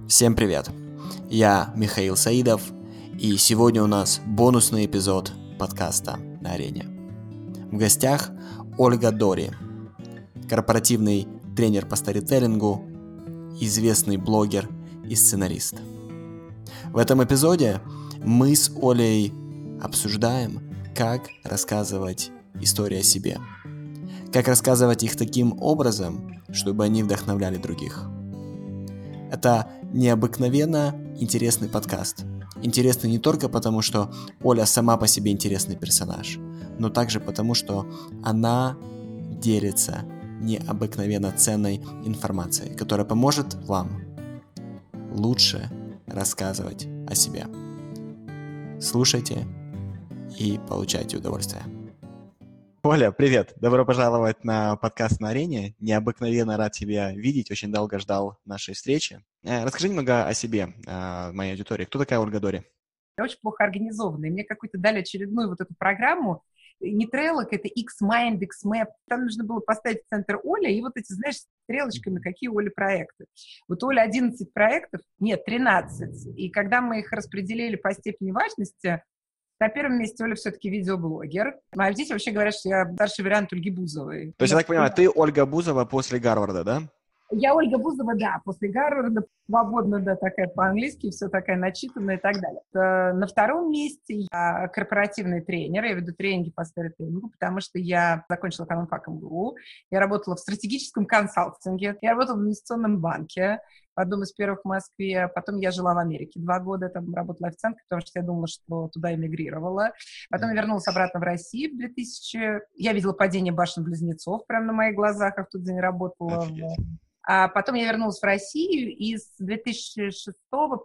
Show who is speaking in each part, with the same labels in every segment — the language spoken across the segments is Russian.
Speaker 1: Всем привет! Я Михаил Саидов, и сегодня у нас бонусный эпизод подкаста «На арене». В гостях Ольга Дори, корпоративный тренер по сторителлингу, известный блогер и сценарист. В этом эпизоде мы с Олей обсуждаем, как рассказывать истории о себе, как рассказывать их таким образом, чтобы они вдохновляли других. Это необыкновенно интересный подкаст. Интересный не только потому, что Оля сама по себе интересный персонаж, но также потому, что она делится необыкновенно ценной информацией, которая поможет вам лучше рассказывать о себе. Слушайте и получайте удовольствие. Оля, привет! Добро пожаловать на подкаст «На арене». Необыкновенно рад тебя видеть, очень долго ждал нашей встречи. Расскажи немного о себе, моей аудитории. Кто такая Ольга Дори?
Speaker 2: Я очень плохо организованная. Мне какую-то дали очередную вот эту программу, не Trello, это X-Mind, X-Map. Там нужно было поставить в центр Оля, и вот эти, знаешь, стрелочками, какие у Оли проекты. Вот у Оли 11 проектов, нет, 13. И когда мы их распределили по степени важности, на первом месте Оля все-таки видеоблогер. Мои дети вообще говорят, что я старший вариант Ольги Бузовой.
Speaker 1: То есть, я так понимаю, ты Ольга Бузова после Гарварда, да?
Speaker 2: Я Ольга Бузова, да, после Гарварда, свободно, да, такая по-английски, все такая начитанная и так далее. На втором месте я корпоративный тренер, я веду тренинги по сторителлингу, потому что я закончила экономфак МГУ, я работала в стратегическом консалтинге, я работала в инвестиционном банке, в одном из первых в Москве, потом я жила в Америке 2 года, там работала официанткой, потому что я думала, что туда эмигрировала. Потом я вернулась обратно в Россию в 2000. Я видела падение башен-близнецов прямо на моих глазах, я в тот день работала. А потом я вернулась в Россию, и с 2006 по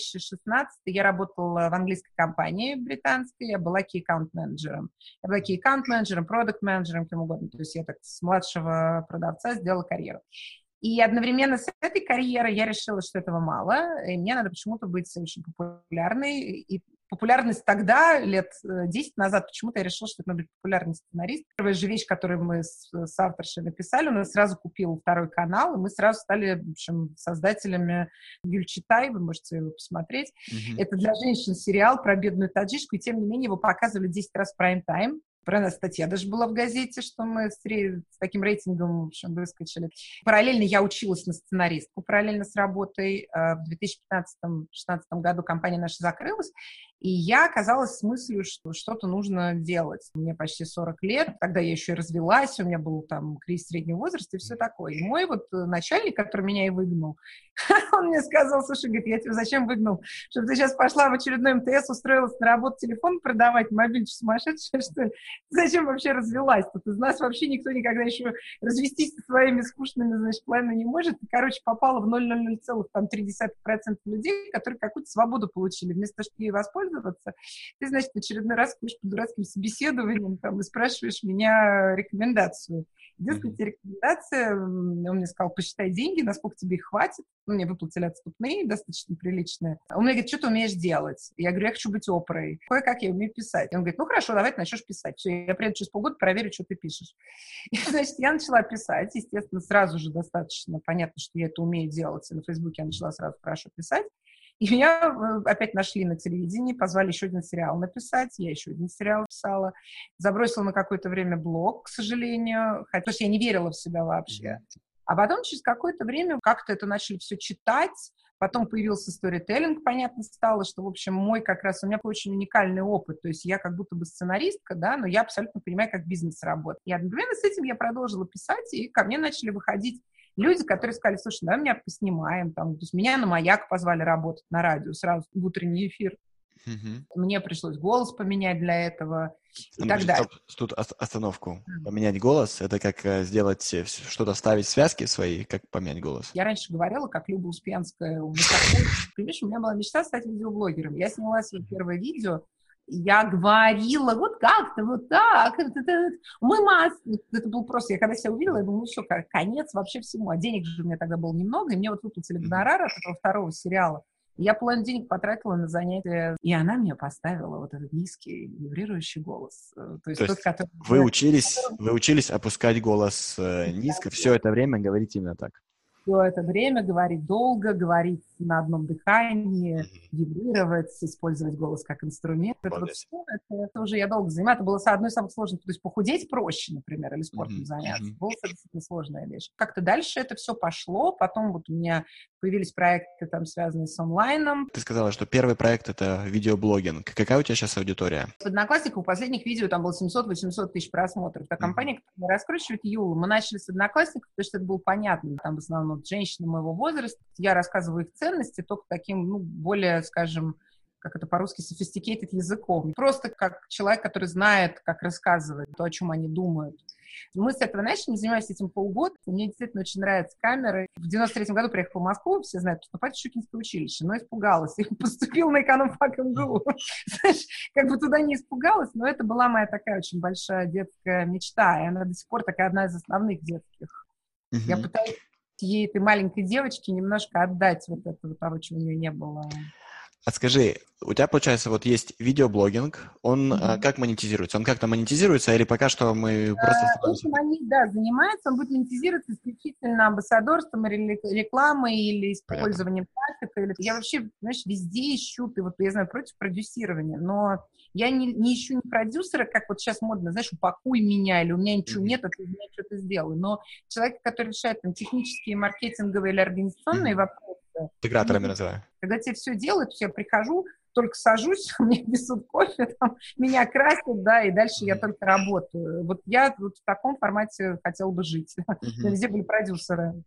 Speaker 2: 2016 я работала в английской компании британской, я была key-аккаунт-менеджером. Я была key-аккаунт-менеджером, продакт-менеджером, кем угодно. То есть я так с младшего продавца сделала карьеру. И одновременно с этой карьерой я решила, что этого мало, и мне надо почему-то быть очень популярной. И популярность тогда, лет 10 назад, почему-то я решила, что это надо быть популярный сценарист. Первая же вещь, которую мы с авторшей написали, он сразу купил второй канал, и мы сразу стали, в общем, создателями Гюльчатай, вы можете его посмотреть. Это для женщин сериал про бедную таджичку, и тем не менее его показывали 10 раз в прайм-тайм. Про нас статья даже была в газете, что мы с таким рейтингом, в общем, выскочили. Параллельно я училась на сценаристку, параллельно с работой. В 2015-2016 году компания наша закрылась, и я оказалась с мыслью, что что-то нужно делать. Мне почти 40 лет, тогда я еще и развелась, у меня был там кризис среднего возраста и все такое. И мой вот начальник, который меня и выгнал, он мне сказал: слушай, говорит, я тебя зачем выгнал? Чтобы ты сейчас пошла в очередной МТС, устроилась на работу, телефон продавать, мобиль, сумасшедшая, что ли? Зачем вообще развелась? Тут из нас вообще никто никогда еще развестись со своими скучными, значит, планами не может. И, короче, попала в 0,003% людей, которые какую-то свободу получили. Вместо того, чтобы ей воспользоваться, ты, значит, в очередной раз ходишь по дурацким собеседованиям там, и спрашиваешь меня рекомендацию. Дескать, рекомендация, он мне сказал: посчитай деньги, насколько тебе их хватит. Мне выплатили отступные, достаточно приличные. Он мне говорит: что ты умеешь делать? Я говорю: я хочу быть Опрой. Кое-как я умею писать. Он говорит: ну хорошо, давай ты начнешь писать. Все, я приеду через полгода, проверю, что ты пишешь. И, значит, я начала писать. Естественно, сразу же достаточно понятно, что я это умею делать. И на Фейсбуке я начала сразу хорошо писать. И меня опять нашли на телевидении, позвали еще один сериал написать, я еще один сериал писала. Забросила на какое-то время блог, к сожалению, потому что я не верила в себя вообще. А потом через какое-то время как-то это начали все читать, потом появился сторителлинг, понятно стало, что, в общем, у меня очень уникальный опыт, то есть я как будто бы сценаристка, да, но я абсолютно понимаю, как бизнес работает. И одновременно с этим я продолжила писать, и ко мне начали выходить люди, которые сказали: слушай, давай меня поснимаем, там, то есть меня на «Маяк» позвали работать на радио сразу в утренний эфир. Мне пришлось голос поменять для этого и так далее.
Speaker 1: Тут остановку. Поменять голос — это как сделать что-то, вставить в связки свои, как поменять голос?
Speaker 2: Я раньше говорила, как Люба Успенская. Понимаешь, у меня была мечта стать видеоблогером. Я сняла свое первое видео, я говорила вот как-то, вот так. Это был просто... Я когда себя увидела, я думала: все, конец вообще всему. А денег же у меня тогда было немного, и мне вот выплатили гонорар от этого второго сериала. Я половину денег потратила на занятия, и она мне поставила вот этот низкий вибрирующий голос.
Speaker 1: То есть который... вы учились опускать голос низко, все это время говорить именно так?
Speaker 2: Все это время говорить долго, говорить на одном дыхании, вибрировать, использовать голос как инструмент. Это вот все, это уже я долго занимаюсь. Это было одно из самых сложных. То есть похудеть проще, например, или спортом заняться. Было совершенно сложная вещь. Как-то дальше это все пошло. Потом вот у меня появились проекты, там, связанные с онлайном.
Speaker 1: Ты сказала, что первый проект — это видеоблогинг. Какая у тебя сейчас аудитория?
Speaker 2: В Одноклассниках у последних видео там было 700-800 тысяч просмотров. Это компания, которая раскручивает Юлу. Мы начали с Одноклассников, потому что это было понятно. Там в основном женщины моего возраста. Я рассказываю их ценности только таким, более, скажем, как это по-русски, sophisticated языком. Просто как человек, который знает, как рассказывать то, о чем они думают. Мы с этого начали, занимались этим полгода. Мне действительно очень нравятся камеры. В 93-м году приехала в Москву, все знают, поступать в Щукинское училище, но испугалась. И поступила на экономфак МГУ. Знаешь, как бы туда не испугалась, но это была моя такая очень большая детская мечта, и она до сих пор такая одна из основных детских. Я пытаюсь ей, этой маленькой девочке, немножко отдать вот этого того, чего у нее не было.
Speaker 1: А скажи, у тебя, получается, вот есть видеоблогинг, он как монетизируется? Он как-то монетизируется или пока что мы просто...
Speaker 2: Этим они, занимаются, он будет монетизироваться исключительно амбассадорством, рекламой или использованием трафика. Я вообще, знаешь, везде ищу, я знаю, против продюсирования, но я не ищу ни продюсера, как вот сейчас модно, знаешь, упакуй меня, или у меня ничего нет, а ты из меня что-то сделай. Но человек, который решает там технические, маркетинговые или организационные вопросы,
Speaker 1: интеграторами называю.
Speaker 2: Когда тебе все делают, я прихожу, только сажусь, мне несут кофе, там, меня красят, и дальше я только работаю. Вот я вот в таком формате хотела бы жить. Везде были продюсеры.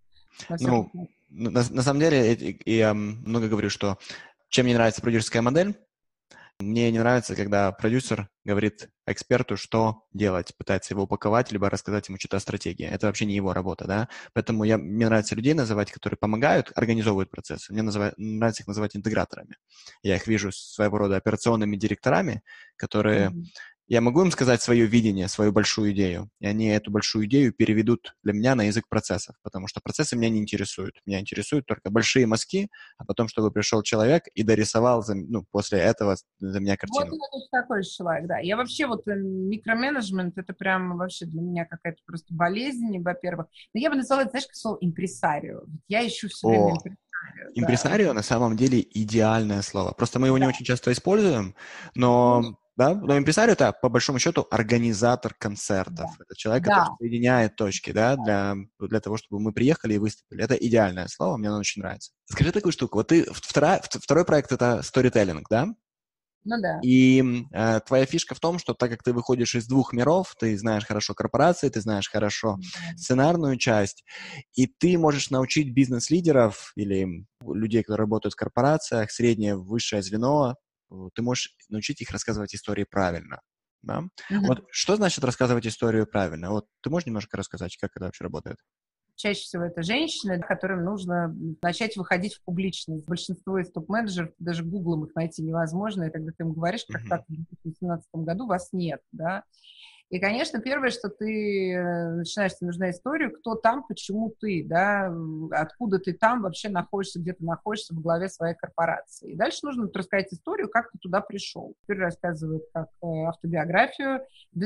Speaker 1: На самом деле, я много говорю, что чем мне нравится продюсерская модель, мне не нравится, когда продюсер говорит эксперту, что делать, пытается его упаковать, либо рассказать ему что-то о стратегии. Это вообще не его работа, да? Поэтому мне нравится людей называть, которые помогают, организовывают процессы. Мне нравится их называть интеграторами. Я их вижу своего рода операционными директорами, которые... Я могу им сказать свое видение, свою большую идею, и они эту большую идею переведут для меня на язык процессов, потому что процессы меня не интересуют. Меня интересуют только большие мазки, а потом, чтобы пришел человек и дорисовал после этого за меня картину.
Speaker 2: Вот я тоже такой же человек, да. Я вообще микроменеджмент, это прям вообще для меня какая-то просто болезнь, во-первых. Но я бы назвала это, знаешь, как слово импресарио. Я ищу все время импресарио.
Speaker 1: Импресарио на самом деле идеальное слово. Просто мы его не очень часто используем, но... Но импресарио — это, по большому счету, организатор концертов. Это человек, который соединяет точки, для того, чтобы мы приехали и выступили. Это идеальное слово, мне оно очень нравится. Скажи такую штуку. Вот второй проект — это сторителлинг, да?
Speaker 2: Ну да.
Speaker 1: И твоя фишка в том, что так как ты выходишь из двух миров, ты знаешь хорошо корпорации, ты знаешь хорошо сценарную часть, и ты можешь научить бизнес-лидеров или людей, которые работают в корпорациях, среднее, высшее звено, ты можешь научить их рассказывать истории правильно. Да? Вот что значит рассказывать историю правильно? Вот ты можешь немножко рассказать, как это вообще работает?
Speaker 2: Чаще всего это женщины, которым нужно начать выходить в публичность. Большинство из топ-менеджеров, даже гуглом их найти невозможно, и когда ты им говоришь, как так в 2017 году вас нет, да. И, конечно, первое, что ты начинаешь, тебе нужна история, кто там, почему ты, да, откуда ты там вообще находишься, где ты находишься в главе своей корпорации. И дальше нужно рассказать историю, как ты туда пришел. Теперь рассказывают как автобиографию. В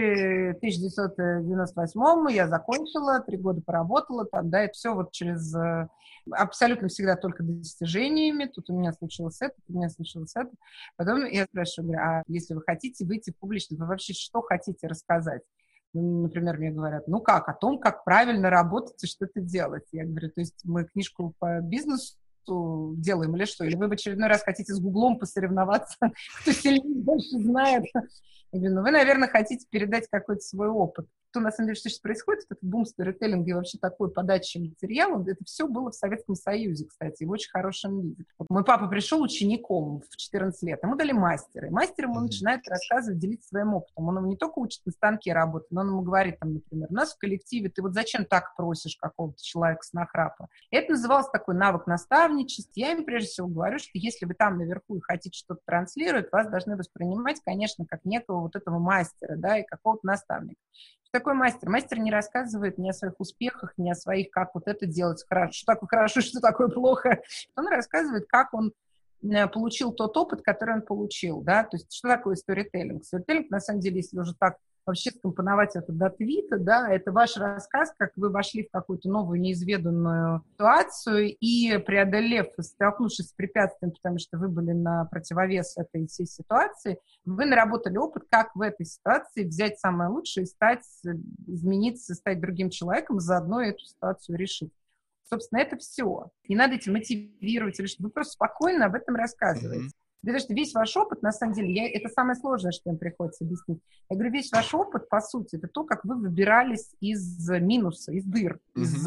Speaker 2: 1998 я закончила, 3 года поработала там, да, и все вот через... абсолютно всегда только достижениями. Тут у меня случилось это, тут у меня случилось это. Потом я спрашиваю, говорю, а если вы хотите выйти в публичность, вы вообще что хотите рассказать? Например, мне говорят, о том, как правильно работать и что-то делать. Я говорю, то есть мы книжку по бизнесу делаем или что? Или вы в очередной раз хотите с Гуглом посоревноваться, кто сильнее больше знает? Я говорю, вы, наверное, хотите передать какой-то свой опыт. То, на самом деле, что сейчас происходит, этот бум сторителлинга и вообще такой подачи материала, это все было в Советском Союзе, кстати, и в очень хорошем виде. Вот мой папа пришел учеником в 14 лет, ему дали мастера, и мастер ему начинает рассказывать, делиться своим опытом. Он ему не только учит на станке работать, но он ему говорит, например, у нас в коллективе ты вот зачем так просишь какого-то человека с нахрапа? И это назывался такой навык наставничества. Я им прежде всего говорю, что если вы там наверху и хотите что-то транслировать, вас должны воспринимать, конечно, как некого вот этого мастера, да, и какого-то наставника. Что такое мастер? Мастер не рассказывает ни о своих успехах, ни о своих, как вот это делать хорошо, что такое хорошо, что такое плохо. Он рассказывает, как он получил тот опыт, который он получил, да, то есть что такое сторителлинг? Сторителлинг, на самом деле, если уже так вообще скомпоновать это до твита, да, это ваш рассказ, как вы вошли в какую-то новую неизведанную ситуацию и, преодолев, столкнувшись с препятствием, потому что вы были на противовес этой всей ситуации, вы наработали опыт, как в этой ситуации взять самое лучшее и измениться, стать другим человеком, заодно эту ситуацию решить. Собственно, это все. Не надо этим мотивировать или что-то. Вы просто спокойно об этом рассказываете. Потому что весь ваш опыт, на самом деле, это самое сложное, что им приходится объяснить. Я говорю, весь ваш опыт, по сути, это то, как вы выбирались из минуса, из дыр,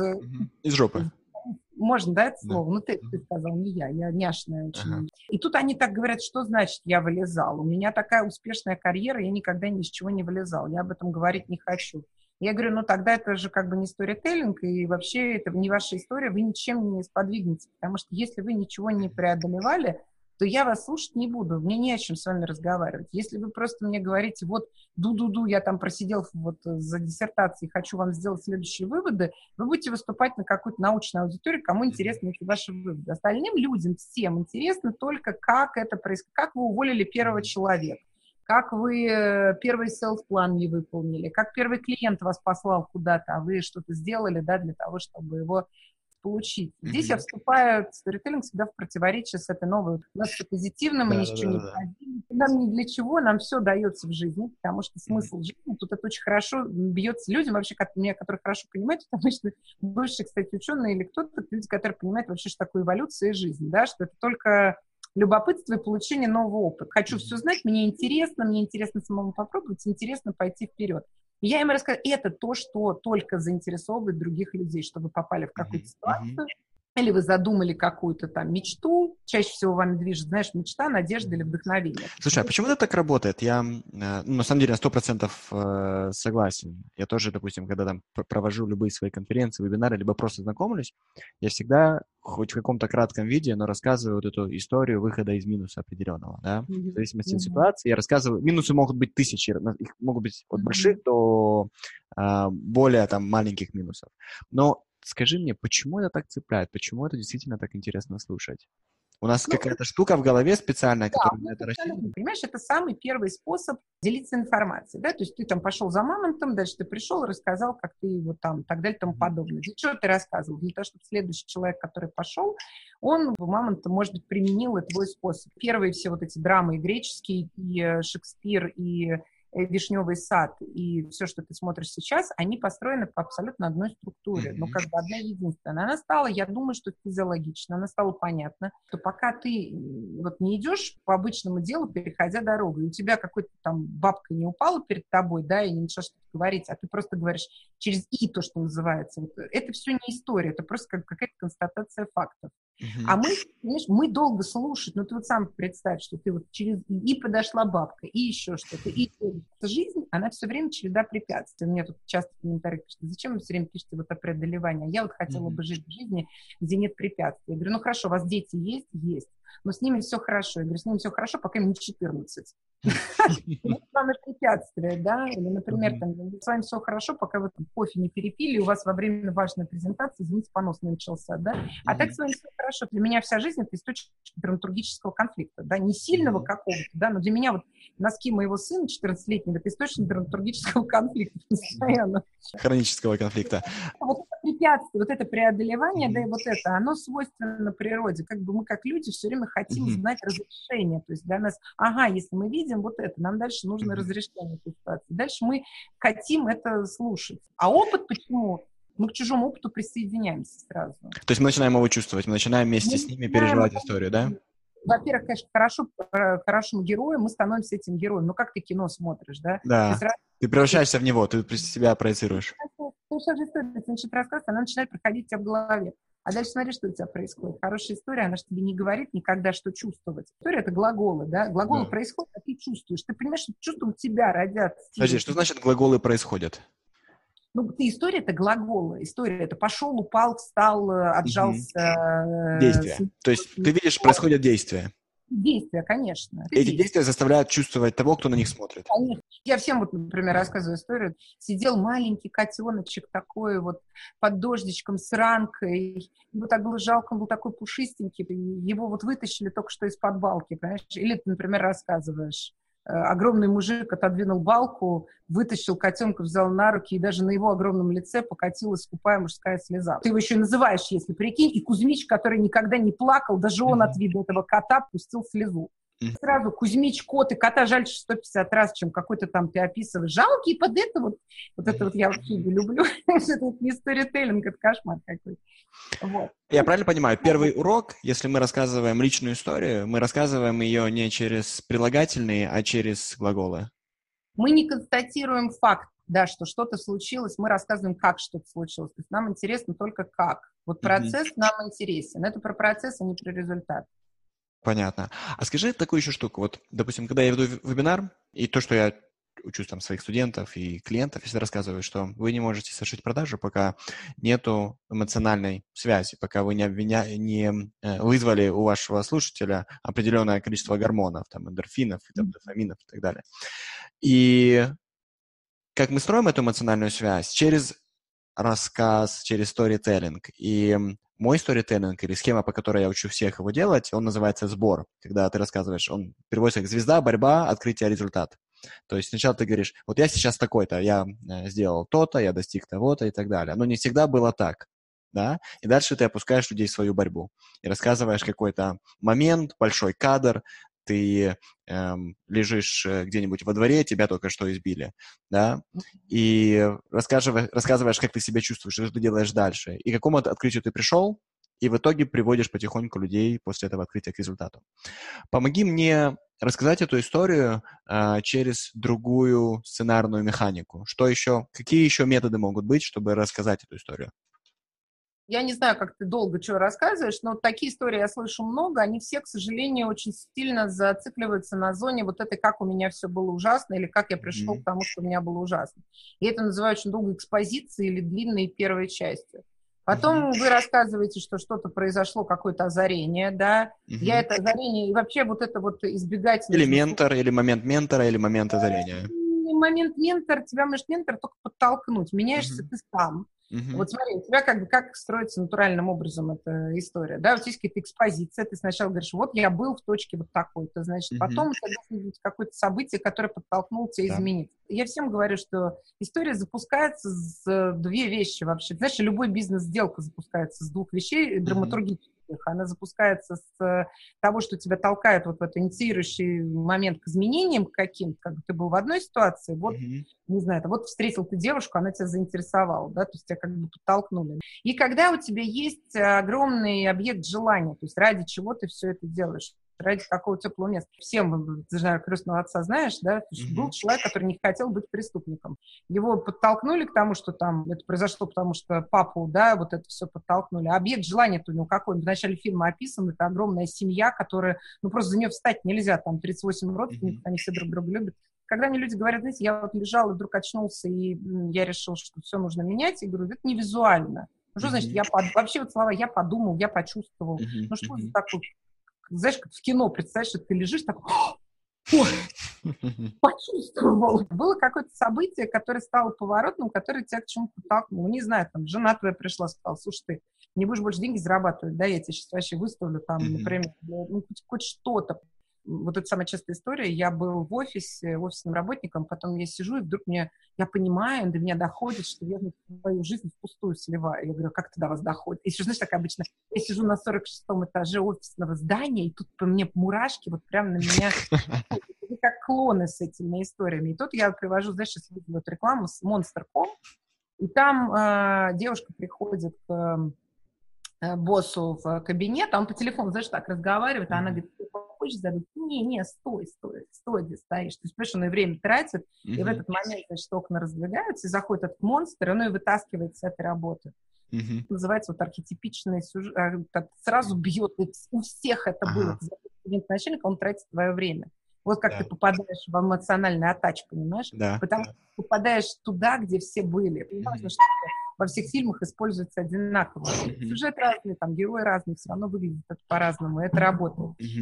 Speaker 1: из жопы.
Speaker 2: Можно, да, это слово? Ну, ты сказал, не я няшная очень. И тут они так говорят, что значит я вылезал? У меня такая успешная карьера, я никогда ни с чего не вылезал. Я об этом говорить не хочу. Я говорю, ну тогда это же как бы не сторителлинг, и вообще это не ваша история, вы ничем не сподвигнете, потому что если вы ничего не преодолевали, то я вас слушать не буду, мне не о чем с вами разговаривать. Если вы просто мне говорите, вот, я там просидел вот за диссертацией, хочу вам сделать следующие выводы, вы будете выступать на какую-то научную аудиторию, кому интересны эти ваши выводы. Остальным людям, всем интересно только, как это происходит, как вы уволили первого человека, как вы первый селф-план не выполнили, как первый клиент вас послал куда-то, а вы что-то сделали, да, для того, чтобы его получить. Здесь я вступаю, сторителлинг всегда в противоречие с этой новой. У нас все позитивно, мы ничего не хотим. Нам ни для чего, нам все дается в жизни, потому что смысл жизни, тут это очень хорошо бьется людям, вообще, которые хорошо понимают, потому что бывшие, кстати, ученые или кто-то, люди, которые понимают вообще, что такое эволюция и жизнь, да, что это только любопытство и получение нового опыта. Хочу все знать, мне интересно самому попробовать, интересно пойти вперед. И я им рассказываю, это то, что только заинтересовывает других людей, что вы попали в какую-то ситуацию, или вы задумали какую-то там мечту, чаще всего вами движет, знаешь, мечта, надежда или вдохновение.
Speaker 1: Слушай, а почему это так работает? Я, на самом деле, на 100% согласен. Я тоже, допустим, когда там провожу любые свои конференции, вебинары, либо просто знакомлюсь, я всегда, хоть в каком-то кратком виде, но рассказываю вот эту историю выхода из минуса определенного, да? В зависимости от ситуации я рассказываю. Минусы могут быть тысячи, их могут быть от больших до более там маленьких минусов. Но скажи мне, почему это так цепляет? Почему это действительно так интересно слушать? У нас какая-то штука в голове специальная, которая на это рассчитана.
Speaker 2: Понимаешь, это самый первый способ делиться информацией, да, то есть ты там пошел за мамонтом, дальше ты пришел и рассказал, как ты его там, так далее, тому подобное. Для чего ты рассказывал? Для того, чтобы следующий человек, который пошел, он в мамонта, может быть, применил и твой способ. Первые все вот эти драмы и греческие, и Шекспир, и «Вишневый сад» и все, что ты смотришь сейчас, они построены по абсолютно одной структуре, но как бы одна единственная. Она стала, я думаю, что физиологично, она стала понятна, что пока ты вот не идешь по обычному делу, переходя дорогу, и у тебя какой-то там бабка не упала перед тобой, да, и не начала что-то говорить, а ты просто говоришь через «и», то, что называется. Вот, это все не история, это просто какая-то констатация фактов. А мы, понимаешь, мы долго слушать, ну ты вот сам представь, что ты вот через «и» подошла бабка, и еще что-то, и жизнь, она все время череда препятствий. Мне тут часто в комментариях пишут, зачем вы все время пишете вот о преодолевании? Я вот хотела бы жить в жизни, где нет препятствий. Я говорю, ну хорошо, у вас дети есть? Есть. Но с ними все хорошо. Я говорю, с ними все хорошо, пока им не 14. Это самое препятствие, да? Или, например, там, с вами все хорошо, пока вы кофе не перепили, у вас во время важной презентации, извините, понос не начался, да? А так с вами все хорошо. Для меня вся жизнь — это источник драматургического конфликта, да? Не сильного какого-то, да? Но для меня вот носки моего сына 14-летнего — это источник драматургического конфликта постоянно.
Speaker 1: Хронического конфликта.
Speaker 2: Вот это препятствие, вот это преодолевание, да, и вот это, оно свойственно природе. Как бы мы, как люди, все время хотим знать разрешение. То есть для нас, если мы видим вот это, нам дальше нужно разрешение этой ситуации. Дальше мы хотим это слушать. А опыт почему? Мы к чужому опыту присоединяемся сразу.
Speaker 1: То есть мы начинаем его чувствовать, мы начинаем вместе с ними переживать историю, да?
Speaker 2: Во-первых, конечно, хорошему герою мы становимся этим героем. Ну, как ты кино смотришь, да?
Speaker 1: Да, ты превращаешься в него, ты себя проецируешь.
Speaker 2: Слушай, история, ты начинаешь рассказывать, она начинает проходить у тебя в голове. А дальше смотри, что у тебя происходит. Хорошая история, она же тебе не говорит никогда, что чувствовать. История — это глаголы, да? Глаголы происходят, а ты чувствуешь. Ты понимаешь, что чувства у тебя родятся.
Speaker 1: Подожди, что значит глаголы происходят?
Speaker 2: Ну, история — это глаголы. История — это пошел, упал, встал, отжался.
Speaker 1: Действия. То есть ты видишь, происходят действия.
Speaker 2: Действия, конечно.
Speaker 1: Эти действия заставляют чувствовать того, кто на них смотрит.
Speaker 2: Конечно. Я всем, вот, например, рассказываю историю. Сидел маленький котеночек такой вот под дождичком с ранкой. Ему так было жалко, он был такой пушистенький. Его вот вытащили только что из-под балки, понимаешь? Или ты, например, рассказываешь. огромный мужик отодвинул балку, вытащил котенка, взял на руки, и даже на его огромном лице покатилась скупая мужская слеза. Ты его еще и называешь, если прикинь, и Кузьмич, который никогда не плакал, даже он от вида этого кота пустил слезу. Сразу Кузьмич, кот и кота жаль 150 раз, чем какой-то там ты описываешь. Жалкий под это вот это вот я вообще не люблю. Это не сторителлинг, это кошмар какой-то. Вот.
Speaker 1: Я правильно понимаю, первый урок, если мы рассказываем личную историю, мы рассказываем ее не через прилагательные, а через глаголы.
Speaker 2: Мы не констатируем факт, да, что что-то случилось, мы рассказываем, как что-то случилось. То есть нам интересно только как. Вот процесс нам интересен. Это про процесс, а не про результат.
Speaker 1: Понятно. А скажи такую еще штуку. Вот, допустим, когда я веду вебинар, и то, что я учусь там своих студентов и клиентов, я всегда рассказываю, что вы не можете совершить продажу, пока нету эмоциональной связи, пока вы не вызвали у вашего слушателя определенное количество гормонов, там, эндорфинов, дофаминов и так далее. И как мы строим эту эмоциональную связь? Через рассказ, через сторителлинг. И мой сторителлинг, или схема, по которой я учу всех его делать, он называется сбор. Когда ты рассказываешь, он переводится как звезда, борьба, открытие, результат. То есть сначала ты говоришь, вот я сейчас такой-то, я сделал то-то, я достиг того-то и так далее. Но не всегда было так. Да? И дальше ты опускаешь людей в свою борьбу. И рассказываешь какой-то момент, большой кадр, ты лежишь где-нибудь во дворе, тебя только что избили, да, и рассказываешь, как ты себя чувствуешь, что ты делаешь дальше, и к какому открытию ты пришел, и в итоге приводишь потихоньку людей после этого открытия к результату. Помоги мне рассказать эту историю через другую сценарную механику. Какие еще методы могут быть, чтобы рассказать эту историю?
Speaker 2: Я не знаю, как ты долго что рассказываешь, но такие истории я слышу много. Они все, к сожалению, очень сильно зацикливаются на зоне вот этой, как у меня все было ужасно, или как я пришел к тому, что у меня было ужасно. И это называют очень долго экспозицией или длинной первой частью. Потом вы рассказываете, что что-то произошло, какое-то озарение, да. Я это озарение, и вообще вот это вот избегать...
Speaker 1: Или ментор, или момент ментора, или момент озарения.
Speaker 2: Момент ментор, тебя может ментор только подтолкнуть. Меняешься ты сам. Вот смотри, у тебя как строится натуральным образом эта история, да, у тебя есть какая-то экспозиция, ты сначала говоришь, вот я был в точке вот такой-то, значит, потом у тебя должно быть какое-то событие, которое подтолкнуло тебя изменить. Я всем говорю, что история запускается с две вещи вообще. Знаешь, любой бизнес-сделка запускается с двух вещей драматургических. Она запускается с того, что тебя толкает вот в этот инициирующий момент к изменениям каким-то, как бы ты был в одной ситуации, вот, не знаю, вот встретил ты девушку, она тебя заинтересовала, да, то есть тебя как бы подтолкнули. И когда у тебя есть огромный объект желания, то есть ради чего ты все это делаешь, ради какого теплого места. Всем, ты же, крестного отца знаешь, да, был человек, который не хотел быть преступником. Его подтолкнули к тому, что там, это произошло, потому что папу, да, вот это все подтолкнули. А объект желания-то у него какой? В начале фильма описан, это огромная семья, которая, ну, просто за нее встать нельзя, там 38 родственников, они все друг друга любят. Когда мне люди говорят, знаете, я вот лежал и вдруг очнулся, и я решил, что все нужно менять, и говорю, это не визуально. Ну, что значит, вообще вот слова «я подумал», «я почувствовал». Ну, что за такое? Знаешь, как в кино, представляешь, что ты лежишь такой, ой, почувствовал. Было какое-то событие, которое стало поворотным, которое тебя к чему-то подтолкнуло. Не знаю, там, жена твоя пришла, сказала, слушай, ты не будешь больше деньги зарабатывать, да, я тебе сейчас вообще выставлю там, например, ну, хоть что-то. Вот это самая частая история. Я был в офисе, офисным работником, потом я сижу, и вдруг я понимаю, до меня доходит, что я свою жизнь впустую сливаю. Я говорю, как это до вас доходит? И еще, знаешь, так обычно, я сижу на 46-м этаже офисного здания, и тут по мне мурашки вот прямо на меня, как клоны с этими историями. И тут я привожу, знаешь, сейчас видела эту рекламу с Monster.com, и там девушка приходит к боссу в кабинет, а он по телефону, знаешь, так разговаривает, а она говорит, ты хочешь задать? Не, стой, где стоишь. То есть, понимаешь, он и время тратит, и в этот момент, значит, окна раздвигаются, и заходит этот монстр, и он ее вытаскивает с этой работы. Называется вот архетипичный сюжет, сразу бьет, у всех это было. Начальник, он тратит твое время. Вот как ты попадаешь в эмоциональный атач, понимаешь? Потому что ты попадаешь туда, где все были. И важно, что во всех фильмах используется одинаково. Сюжет разный, там, герои разные, все равно выглядит это по-разному, и это работает.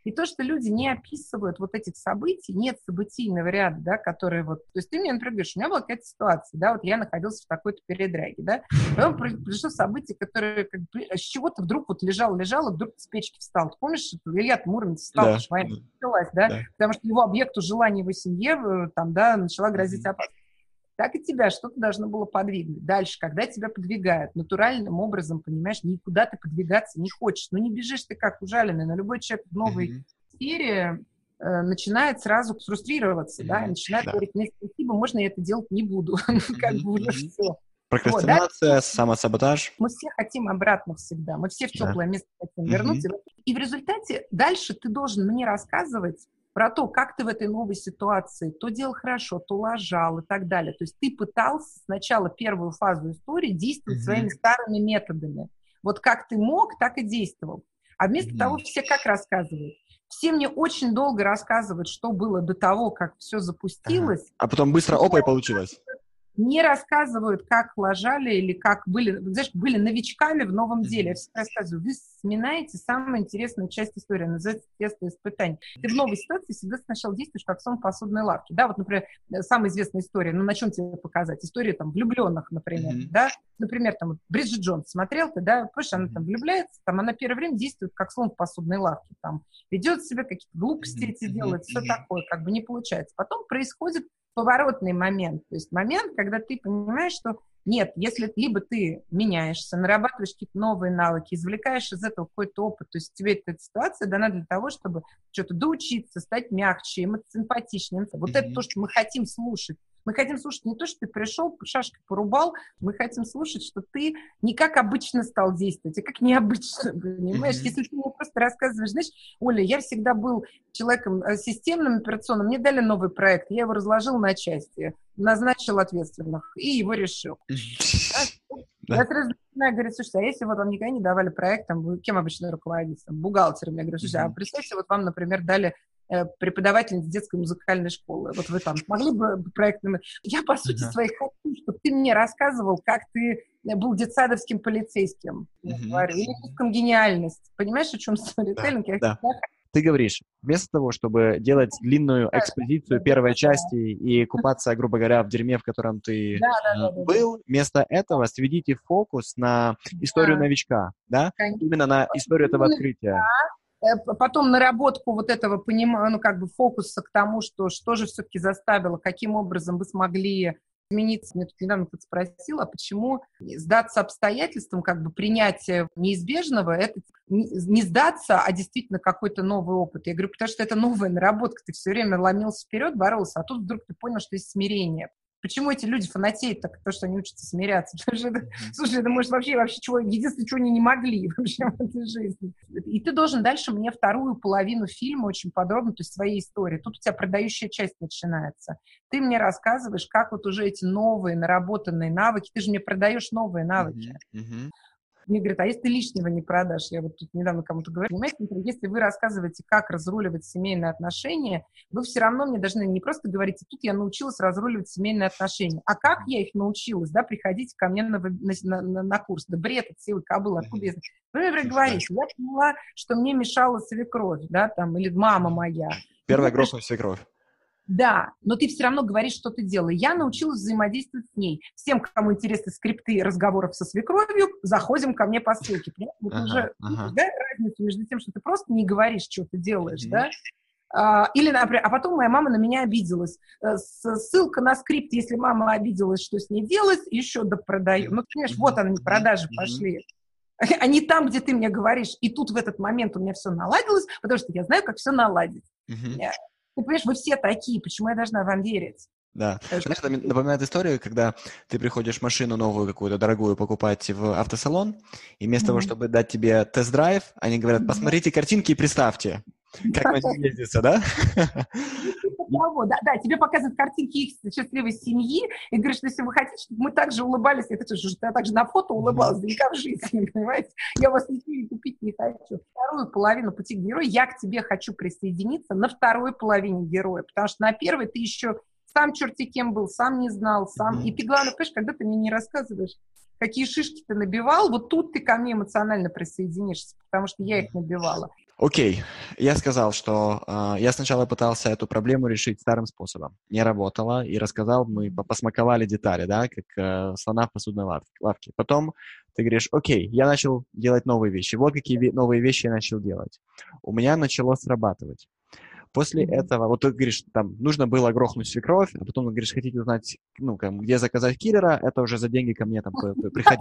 Speaker 2: И то, что люди не описывают вот этих событий, нет событийного ряда, да, которые вот... То есть ты мне, например, говоришь, у меня была какая-то ситуация, да, вот я находился в такой-то передряге, да, потом пришло событие, которое как бы, с чего-то вдруг вот лежал, и вдруг с печки встал. Ты помнишь, Илья Муромец встал, потому что война началась, да, потому что его объекту желания его семье там, да, начала грозить опасность. Так и тебя что-то должно было подвигнуть. Дальше, когда тебя подвигают, натуральным образом, понимаешь, никуда ты подвигаться не хочешь. Ну, не бежишь ты как ужаленный. Но любой человек в новой сфере начинает сразу фрустрироваться, да, и начинает говорить, нет, спасибо, можно я это делать не буду. Как бы уже все.
Speaker 1: Прокрастинация, самосаботаж.
Speaker 2: Мы все хотим обратно всегда. Мы все в теплое место хотим вернуться. И в результате дальше ты должен мне рассказывать про то, как ты в этой новой ситуации то делал хорошо, то лажал и так далее. То есть ты пытался сначала первую фазу истории действовать своими старыми методами. Вот как ты мог, так и действовал. А вместо того все как рассказывают? Все мне очень долго рассказывают, что было до того, как все запустилось.
Speaker 1: А потом быстро опа и получилось.
Speaker 2: Не рассказывают, как лажали или как были, знаешь, были новичками в новом деле. Я всегда рассказываю, вы сминаете самую интересную часть истории, называется тест испытаний. Ты в новой ситуации всегда сначала действуешь, как сон в посудной лавке. Да, вот, например, самая известная история, ну, на чем тебе показать? История, там, влюбленных, например, да? Например, там, вот, Бриджит Джонс смотрел ты, да? Помнишь, она там влюбляется, там, она первое время действует, как слон в посудной лавке, там, ведет себя, какие-то глупости эти делает, все такое, как бы не получается. Потом происходит поворотный момент, то есть момент, когда ты понимаешь, что нет, если либо ты меняешься, нарабатываешь какие-то новые навыки, извлекаешь из этого какой-то опыт, то есть тебе эта ситуация дана для того, чтобы что-то доучиться, стать мягче, симпатичнее. Вот это то, что мы хотим слушать. Мы хотим слушать не то, что ты пришел, шашкой порубал, мы хотим слушать, что ты не как обычно стал действовать, а как необычно, понимаешь? Если ты мне просто рассказываешь, знаешь, Оля, я всегда был человеком системным, операционным, мне дали новый проект, я его разложил на части, назначил ответственных и его решил. Я сразу начинаю говорить, слушайте, а если вот вам никогда не давали проект, там, вы кем обычно руководите? Бухгалтером. Я говорю, слушайте, а представьте, вот вам, например, дали преподавательниц детской музыкальной школы. Вот вы там могли бы проектным... Я, по сути своей, хочу, чтобы ты мне рассказывал, как ты был детсадовским полицейским. Говорю, или куском гениальность. Понимаешь, о чем сторителлинг?
Speaker 1: Да. Ты говоришь, вместо того, чтобы делать длинную экспозицию первой части и купаться, грубо говоря, в дерьме, в котором ты был, вместо этого сведите фокус на историю новичка, да? Именно на историю этого открытия.
Speaker 2: Потом наработку вот этого ну, как бы фокуса к тому, что же все-таки заставило, каким образом вы смогли измениться. Мне тут недавно кто-то спросил, а почему сдаться обстоятельствам, как бы принятие неизбежного, это не сдаться, а действительно какой-то новый опыт. Я говорю, потому что это новая наработка, ты все время ломился вперед, боролся, а тут вдруг ты понял, что есть смирение. Почему эти люди фанатеют так, то, что они учатся смиряться? Слушай, это может вообще чего, единственное, чего они не могли вообще в этой жизни. И ты должен дальше мне вторую половину фильма очень подробно, то есть своей истории. Тут у тебя продающая часть начинается. Ты мне рассказываешь, как вот уже эти новые наработанные навыки, ты же мне продаешь новые навыки. Мне говорят, а если ты лишнего не продашь? Я вот тут недавно кому-то говорю, понимаете, например, если вы рассказываете, как разруливать семейные отношения, вы все равно мне должны не просто говорить, тут я научилась разруливать семейные отношения, а как я их научилась, да, приходите ко мне на курс, да бред от силы кобылы, откуда я знаю. Вы, например, говорите, я поняла, что мне мешала свекровь, да, там, или мама моя.
Speaker 1: Первая грозная свекровь.
Speaker 2: Да, но ты все равно говоришь, что ты делала. Я научилась взаимодействовать с ней. Всем, кому интересны скрипты разговоров со свекровью, заходим ко мне по ссылке. Вот уже да, разницу между тем, что ты просто не говоришь, что ты делаешь, да? Или, например, а потом моя мама на меня обиделась. Ссылка на скрипт, если мама обиделась, что с ней делать, еще допродаю. Ну, понимаешь, вот они, продажи пошли. А не там, где ты мне говоришь. И тут в этот момент у меня все наладилось, потому что я знаю, как все наладить. Ты понимаешь, вы все такие, почему я должна вам верить?
Speaker 1: Да. Знаешь, это напоминает историю, когда ты приходишь машину новую какую-то дорогую покупать в автосалон, и вместо того, чтобы дать тебе тест-драйв, они говорят, посмотрите картинки и представьте, как на ней ездится, да?
Speaker 2: Да, тебе показывают картинки их счастливой семьи, и говорят, что если вы хотите, чтобы мы также улыбались, я также на фото улыбалась, да никак в жизни, понимаете? Я вас ничего купить не хочу. Вторую половину пути к герою я к тебе хочу присоединиться на второй половине героя, потому что на первой ты еще сам черти кем был, сам не знал, сам. И ты, главное, понимаешь, когда ты мне не рассказываешь, какие шишки ты набивал, вот тут ты ко мне эмоционально присоединишься, потому что я их набивала.
Speaker 1: Окей, я сказал, что я сначала пытался эту проблему решить старым способом. Не работало, и рассказал, мы посмаковали детали, да, как слона в посудной лавке. Потом ты говоришь, окей, я начал делать новые вещи. Вот какие новые вещи я начал делать. У меня начало срабатывать. После этого, вот ты говоришь, там, нужно было грохнуть свекровь, а потом, говоришь, хотите узнать, ну, где заказать киллера, это уже за деньги ко мне там приходить.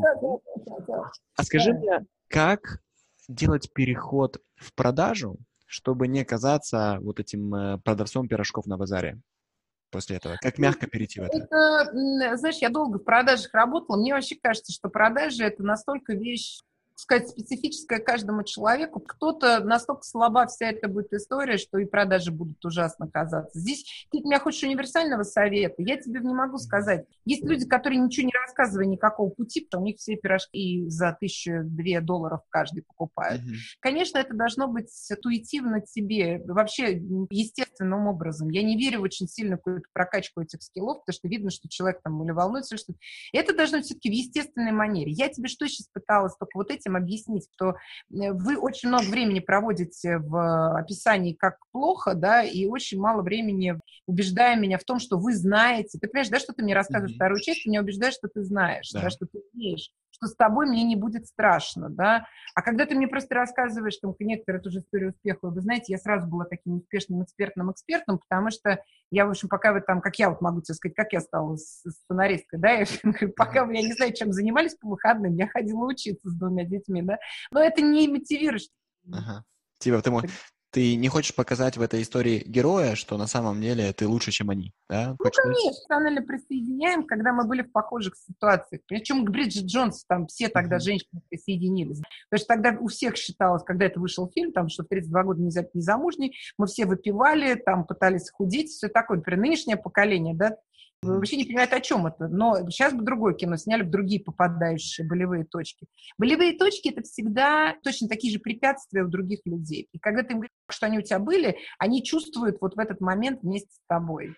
Speaker 1: А скажи мне, как делать переход в продажу, чтобы не казаться вот этим продавцом пирожков на базаре после этого? Как мягко перейти в это?
Speaker 2: Знаешь, я долго в продажах работала. Мне вообще кажется, что продажи — это настолько вещь, так сказать, специфическая каждому человеку. Кто-то настолько слаба вся эта будет история, что и продажи будут ужасно казаться. Здесь ты от меня хочешь универсального совета, я тебе не могу сказать. Есть люди, которые ничего не рассказывая, никакого пути, потому что у них все пирожки за $1002 каждый покупают. Конечно, это должно быть интуитивно тебе, вообще естественным образом. Я не верю в очень сильно какую-то прокачку этих скиллов, потому что видно, что человек там или волнуется, или что-то. Это должно быть все-таки в естественной манере. Я тебе что сейчас пыталась только вот этим объяснить, что вы очень много времени проводите в описании, как плохо, да, и очень мало времени убеждая меня в том, что вы знаете. Ты понимаешь, да, что ты мне рассказываешь вторую часть, ты меня убеждаешь, что ты знаешь, да, что ты умеешь, что с тобой мне не будет страшно, да. А когда ты мне просто рассказываешь, там, некоторые тоже историю успеха, вы знаете, я сразу была таким успешным экспертом, потому что я, в общем, пока вы там, как я вот могу тебе сказать, как я стала сценаристкой, да, пока вы, я не знаю, чем занимались по выходным, я ходила учиться с 2 детьми, да, но это не мотивирует.
Speaker 1: Типа ты не хочешь показать в этой истории героя, что на самом деле ты лучше, чем они, да?
Speaker 2: Ну, конечно, эмоционально присоединяем, когда мы были в похожих ситуациях. Причем к Бриджит Джонс там все тогда женщины присоединились. Потому что тогда у всех считалось, когда это вышел фильм, там, что в 32 года нельзя быть незамужней, мы все выпивали, там, пытались худеть, все такое. Например, нынешнее поколение, да, вообще не понимает, о чем это. Но сейчас бы другое кино сняли, бы другие попадающие болевые точки. Болевые точки — это всегда точно такие же препятствия у других людей. И когда ты им говоришь, что они у тебя были, они чувствуют вот в этот момент вместе с тобой.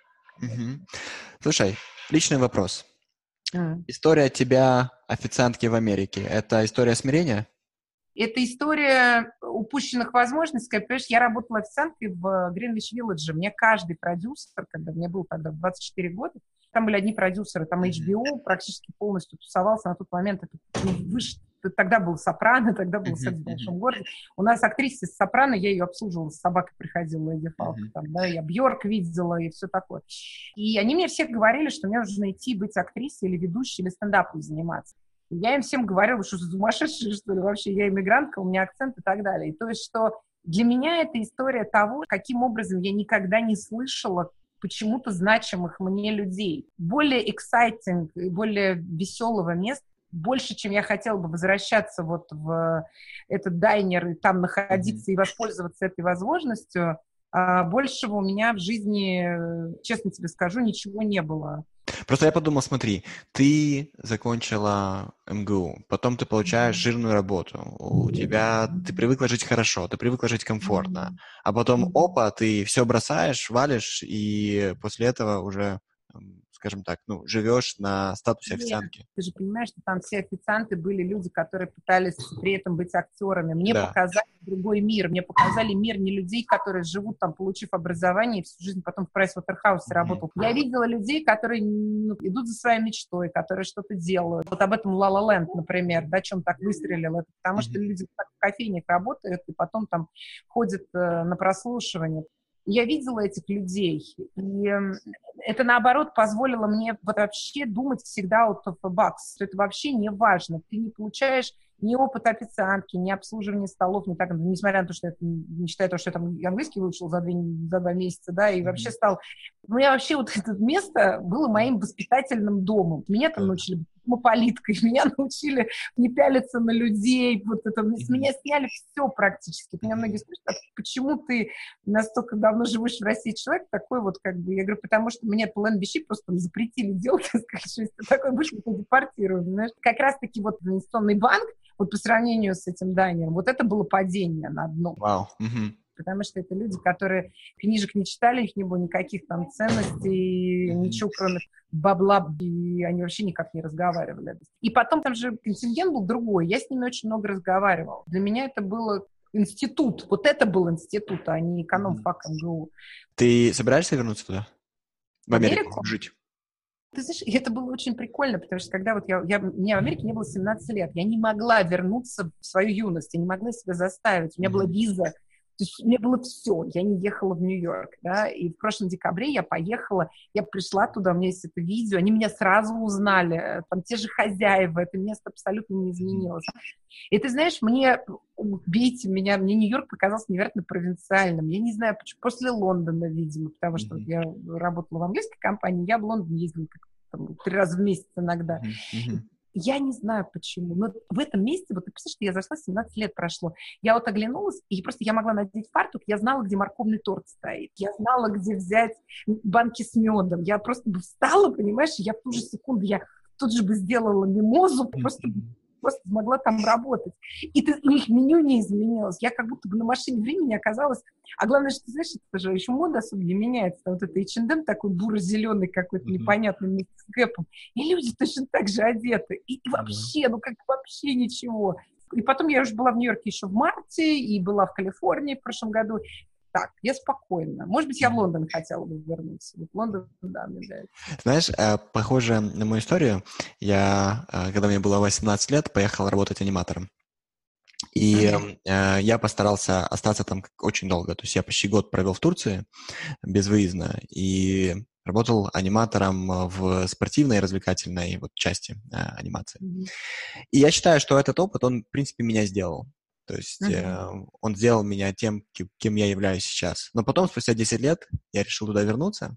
Speaker 1: Слушай, личный вопрос. История тебя, официантки в Америке, это история смирения?
Speaker 2: Это история упущенных возможностей. Понимаешь, я работала официанткой в Гринвич-Виллидже. Мне каждый продюсер, когда мне было тогда 24 года, там были одни продюсеры, там HBO практически полностью тусовался на тот момент. Тогда был «Сопрано», тогда был «Секс в большом городе». У нас актриса из «Сопрано», я ее обслуживала, с собакой приходила, Леди Фалк, там, да, я Бьорк видела и все такое. И они мне все говорили, что мне нужно идти быть актрисой или ведущей, или стендапом заниматься. Я им всем говорила, что сумасшедшие, что ли, вообще, я иммигрантка, у меня акцент и так далее. И то есть, что для меня это история того, каким образом я никогда не слышала почему-то значимых мне людей. Более exciting и более веселого места, больше, чем я хотела бы возвращаться вот в этот дайнер и там находиться и воспользоваться этой возможностью, большего у меня в жизни, честно тебе скажу, ничего не было.
Speaker 1: Просто я подумал, смотри, ты закончила МГУ, потом ты получаешь жирную работу, ты привыкла жить хорошо, ты привыкла жить комфортно, а потом, ты все бросаешь, валишь, и после этого уже, скажем так, живешь на статусе официантки.
Speaker 2: Ты же понимаешь, что там все официанты были люди, которые пытались при этом быть актерами. Мне показали другой мир, мне показали мир не людей, которые живут там, получив образование, и всю жизнь потом в Прайсвотерхаусе работал. Я видела людей, которые идут за своей мечтой, которые что-то делают. Вот об этом La La Land, например, да, чем так выстрелил. Это потому что люди в кофейнях работают и потом там ходят на прослушивание. Я видела этих людей, и это, наоборот, позволило мне вот вообще думать всегда out of the box, что это вообще не важно. Ты не получаешь ни опыт официантки, ни обслуживания столов, ни так, несмотря на то, что я не считаю, что я там английский выучил за 2 месяца, да, и вообще стал... я вообще вот это место было моим воспитательным домом. Меня там научили космополиткой, меня научили не пялиться на людей, вот это, с меня сняли все практически. Меня многие спрашивают, почему ты настолько давно живешь в России человек такой вот, как бы, я говорю, потому что мне план вещей просто запретили делать, сказали, что если ты такой будешь, мы тебя депортируем, знаешь. Как раз-таки вот инвестиционный банк, вот по сравнению с этим дайнером, вот это было падение на дно.
Speaker 1: Вау.
Speaker 2: потому что это люди, которые книжек не читали, их не было никаких там ценностей, ничего кроме бабла, и они вообще никак не разговаривали. И потом там же контингент был другой, я с ними очень много разговаривала. Для меня это было институт, вот это был институт, а не эконом-фак МГУ.
Speaker 1: Ты собираешься вернуться туда? В Америку жить?
Speaker 2: Ты знаешь, это было очень прикольно, потому что когда вот мне в Америке не было 17 лет, я не могла вернуться в свою юность, я не могла себя заставить, у меня была виза, то есть у меня было все, я не ехала в Нью-Йорк, да, и в прошлом декабре я поехала, я пришла туда, у меня есть это видео, они меня сразу узнали, там те же хозяева, это место абсолютно не изменилось. И ты знаешь, убейте меня, мне Нью-Йорк показался невероятно провинциальным, я не знаю, почему, после Лондона, видимо, потому что я работала в английской компании, я в Лондон ездила там 3 раза в месяц иногда. Я не знаю почему, но в этом месте, вот ты представляешь, что я зашла, 17 лет прошло, я вот оглянулась, и просто я могла надеть фартук, я знала, где морковный торт стоит, я знала, где взять банки с медом, я просто бы встала, понимаешь, я в ту же секунду, я тут же бы сделала мимозу, просто смогла там работать. И у них меню не изменилось. Я как будто бы на машине времени оказалась. А главное, что ты знаешь, это же еще мода особо не меняется. Там вот это H&M такой буро-зеленый какой-то непонятный вместе с Гэпом. И люди точно так же одеты. И вообще, вообще ничего. И потом я уже была в Нью-Йорке еще в марте, и была в Калифорнии в прошлом году. Так, я спокойна. Может быть, я в Лондон хотела бы вернуться. Вот Лондон, да, мне нравится.
Speaker 1: Знаешь, похоже на мою историю. Я, когда мне было 18 лет, поехал работать аниматором. И я постарался остаться там очень долго. То есть я почти год провел в Турции безвыездно и работал аниматором в спортивной и развлекательной части анимации. И я считаю, что этот опыт, он, в принципе, меня сделал. То есть он сделал меня тем, кем я являюсь сейчас. Но потом, спустя 10 лет, я решил туда вернуться.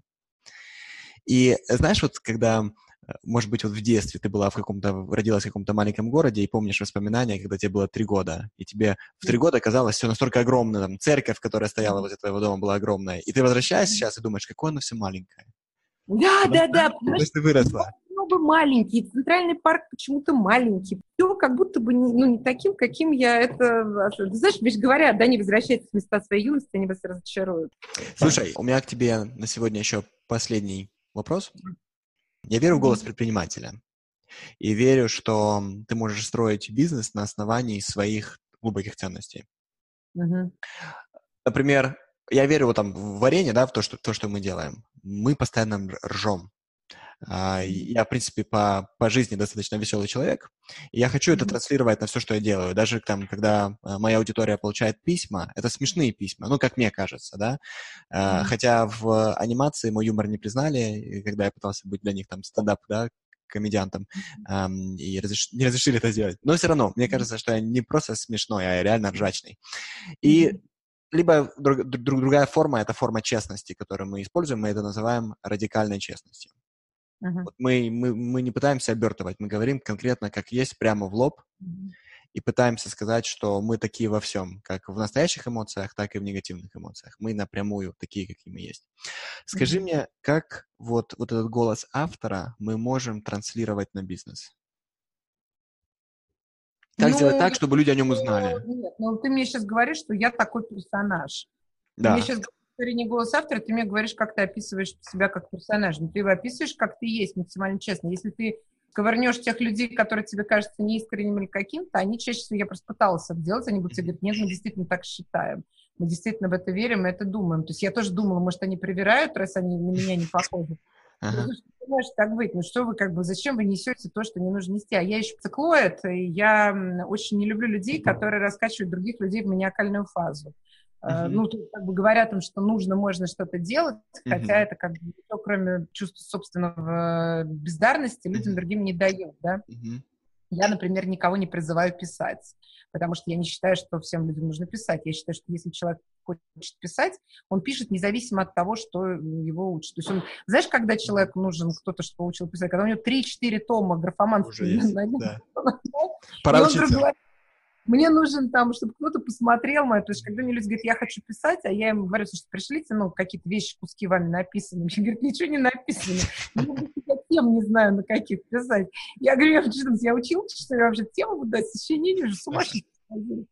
Speaker 1: И знаешь, вот когда, может быть, вот в детстве ты родилась в каком-то маленьком городе и помнишь воспоминания, когда тебе было 3 года, и тебе в 3 года казалось все настолько огромное, там, церковь, которая стояла возле твоего дома, была огромная. И ты возвращаешься сейчас и думаешь, какое оно все маленькое.
Speaker 2: Да.
Speaker 1: То есть ты выросла.
Speaker 2: Много маленький, Центральный парк почему-то маленький. Все как будто бы не таким, каким я это... Ты знаешь, ведь говорят, да, не возвращайтесь в места своей юности, они вас разочаруют.
Speaker 1: Слушай, у меня к тебе на сегодня еще последний вопрос. Я верю в голос предпринимателя. И верю, что ты можешь строить бизнес на основании своих глубоких ценностей. Например, я верю в варенье, да, в то, что мы делаем. Мы постоянно ржем. Я, в принципе, по жизни достаточно веселый человек, и я хочу это транслировать на все, что я делаю. Даже там, когда моя аудитория получает письма, это смешные письма, как мне кажется, да. Хотя в анимации мой юмор не признали, когда я пытался быть для них там стендап, да, комедиантом, и не разрешили это сделать. Но все равно, мне кажется, что я не просто смешной, а я реально ржачный. И либо другая форма, это форма честности, которую мы используем, мы это называем радикальной честностью. Вот мы не пытаемся обертывать, мы говорим конкретно, как есть, прямо в лоб, и пытаемся сказать, что мы такие во всем, как в настоящих эмоциях, так и в негативных эмоциях. Мы напрямую такие, какие мы есть. Скажи мне, как вот этот голос автора мы можем транслировать на бизнес? Как сделать так, чтобы люди о нем узнали?
Speaker 2: Нет, ты мне сейчас говоришь, что я такой персонаж.
Speaker 1: Да.
Speaker 2: Ты мне сейчас говоришь, не голос автора, ты мне говоришь, как ты описываешь себя как персонаж. Но ты его описываешь, как ты есть, максимально честно. Если ты ковырнешь тех людей, которые тебе кажутся неискренним или каким-то, они чаще всего, я просто пыталась это делать, они будут тебе говорить, нет, мы действительно так считаем. Мы действительно в это верим, мы это думаем. То есть я тоже думала, может, они привирают, раз они на меня не похожи. Ты можешь так быть, что вы зачем вы несете то, что не нужно нести? А я еще циклоид, и я очень не люблю людей, которые раскачивают других людей в маниакальную фазу. Говорят им, что нужно, можно что-то делать, хотя это ничего, кроме чувства собственного бездарности, людям другим не дает, да? Я, например, никого не призываю писать, потому что я не считаю, что всем людям нужно писать. Я считаю, что если человек хочет писать, он пишет независимо от того, что его учат. То есть он, знаешь, когда человеку нужен кто-то, что получил писать, когда у него 3-4 тома графоманские,
Speaker 1: пора учиться.
Speaker 2: Мне нужен чтобы кто-то посмотрел мое, потому что когда мне люди говорят, я хочу писать, а я им говорю, что пришлите, какие-то вещи, куски вами написаны. Мне говорят, ничего не написано. Я тем не знаю, на каких писать. Я говорю, я училась, что я вообще тему буду дать, еще не вижу, сумасшедший.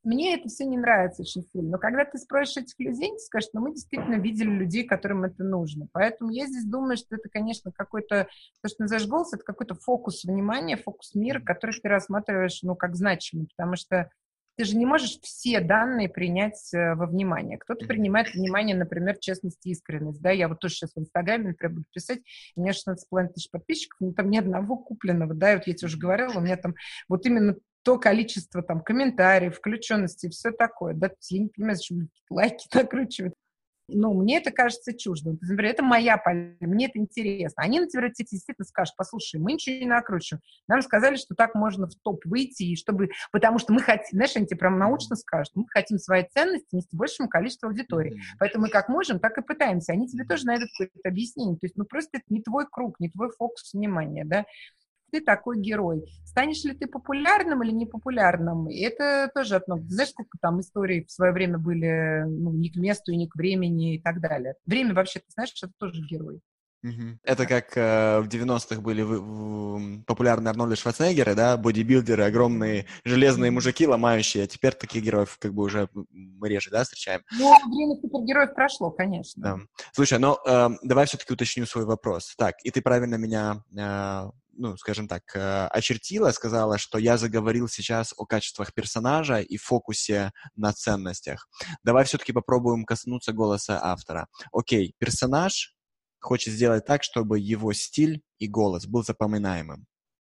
Speaker 2: Мне это все не нравится очень сильно. Но когда ты спросишь этих людей, они скажут, мы действительно видели людей, которым это нужно. Поэтому я здесь думаю, что это, конечно, какой-то, то, что называешь голос, это какой-то фокус внимания, фокус мира, который ты рассматриваешь, как значимый, потому что ты же не можешь все данные принять во внимание. Кто-то принимает внимание, например, честность и искренность. Да? Я вот тоже сейчас в Инстаграме, например, буду писать, у меня 16,5 тысяч подписчиков, но там ни одного купленного. Да? И вот я тебе уже говорила, у меня там вот именно то количество там комментариев, включенности, все такое. Да? Я не понимаю, зачем лайки накручивать. Мне это кажется чуждым. Например, это моя политика, мне это интересно. Они на тебя действительно скажут, послушай, мы ничего не накручиваем. Нам сказали, что так можно в топ выйти, и потому что мы хотим, знаешь, они тебе прям научно скажут, мы хотим свои ценности нести большему количеству аудитории. Поэтому мы как можем, так и пытаемся. Они тебе тоже найдут какое-то объяснение. То есть, просто это не твой круг, не твой фокус внимания, да. Ты такой герой. Станешь ли ты популярным или непопулярным? Это тоже одно. Знаешь, сколько там историй в свое время были не к месту и не к времени и так далее. Время вообще, ты знаешь, это тоже герой.
Speaker 1: Это как в 90-х были популярные Арнольды Шварценеггеры, да, бодибилдеры, огромные железные мужики ломающие, а теперь таких героев как бы уже мы реже, да, встречаем.
Speaker 2: Время супергероев прошло, конечно.
Speaker 1: Да. Слушай, давай все-таки уточню свой вопрос. Так, и ты правильно меня, скажем так, очертила, сказала, что я заговорил сейчас о качествах персонажа и фокусе на ценностях. Давай все-таки попробуем коснуться голоса автора. Окей, персонаж хочет сделать так, чтобы его стиль и голос был запоминаемым.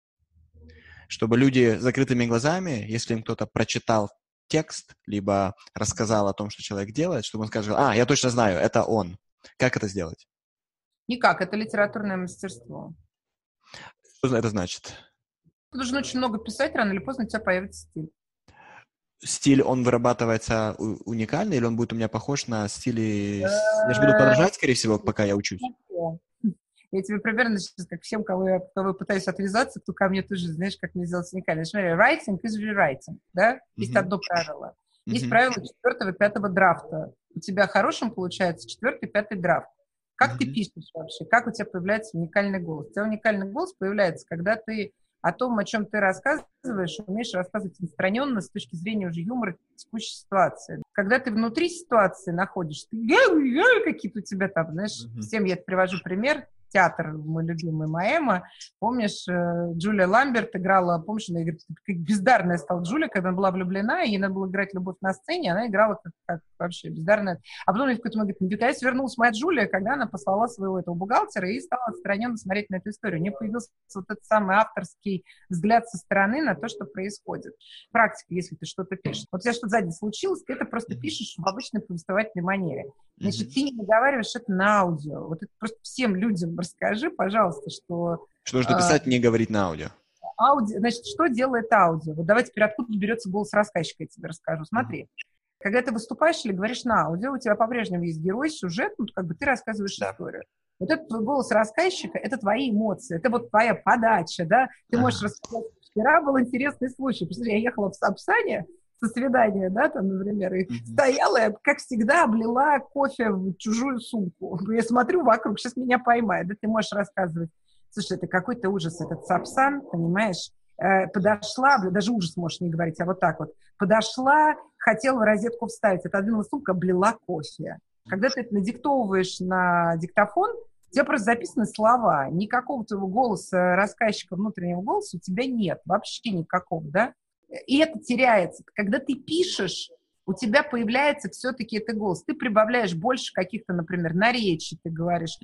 Speaker 1: Чтобы люди с закрытыми глазами, если им кто-то прочитал текст, либо рассказал о том, что человек делает, чтобы он сказал, я точно знаю, это он. Как это сделать?
Speaker 2: Никак, это литературное мастерство.
Speaker 1: Что это значит?
Speaker 2: Ты должен очень много писать, рано или поздно у тебя появится стиль.
Speaker 1: Стиль, он вырабатывается уникальный, или он будет у меня похож на стили... Я же буду подражать, скорее всего, пока я учусь.
Speaker 2: Я тебе примерно сейчас, как всем, кого я пытаюсь отвязаться, кто ко мне тоже, знаешь, как мне сделать уникально. Смотри, writing is rewriting, да? Есть одно правило. Есть правило 4-5 драфта. У тебя хорошим получается 4-5 драфт. Как ты пишешь вообще? Как у тебя появляется уникальный голос? У тебя уникальный голос появляется, когда ты о том, о чем ты рассказываешь, умеешь рассказывать отстраненно с точки зрения уже юмора текущей ситуации. Когда ты внутри ситуации находишься, какие-то у тебя там, знаешь, всем я привожу пример, театр, мой любимый, Маэма. Помнишь, Джулия Ламберт играла, помнишь, она говорит, как бездарная стала Джулия, когда она была влюблена, и ей надо было играть любовь на сцене, она играла как вообще бездарная. А потом в какой-то момент говорит, наконец вернулась моя Джулия, когда она послала своего этого бухгалтера и стала отстраненно смотреть на эту историю. У нее появился вот этот самый авторский взгляд со стороны на то, что происходит. Практика, если ты что-то пишешь. Вот у тебя что-то сзади случилось, ты это просто пишешь в обычной повествовательной манере. Значит, ты не наговариваешь это на аудио. Вот это просто всем людям расскажи, пожалуйста, что...
Speaker 1: Что нужно писать, не говорить на аудио.
Speaker 2: Значит, что делает аудио? Вот давай теперь откуда берется голос рассказчика, я тебе расскажу. Смотри, когда ты выступаешь или говоришь на аудио, у тебя по-прежнему есть герой, сюжет, как бы ты рассказываешь историю. Вот этот твой голос рассказчика, это твои эмоции, это вот твоя подача, да? Ты можешь рассказать, вчера был интересный случай. Посмотри, я ехала в Сапсане, со свидания, да, там, например, и стояла, я, как всегда, облила кофе в чужую сумку. Я смотрю вокруг, сейчас меня поймают, да, ты можешь рассказывать. Слушай, это какой-то ужас, этот Сапсан, понимаешь, подошла, даже ужас можешь не говорить, а вот так вот, подошла, хотела в розетку вставить, отодвинула сумку, облила кофе. Когда ты это надиктовываешь на диктофон, у тебя просто записаны слова, никакого твоего голоса, рассказчика, внутреннего голоса у тебя нет, вообще никакого, да? И это теряется. Когда ты пишешь, у тебя появляется все-таки этот голос. Ты прибавляешь больше каких-то, например, наречий, ты говоришь,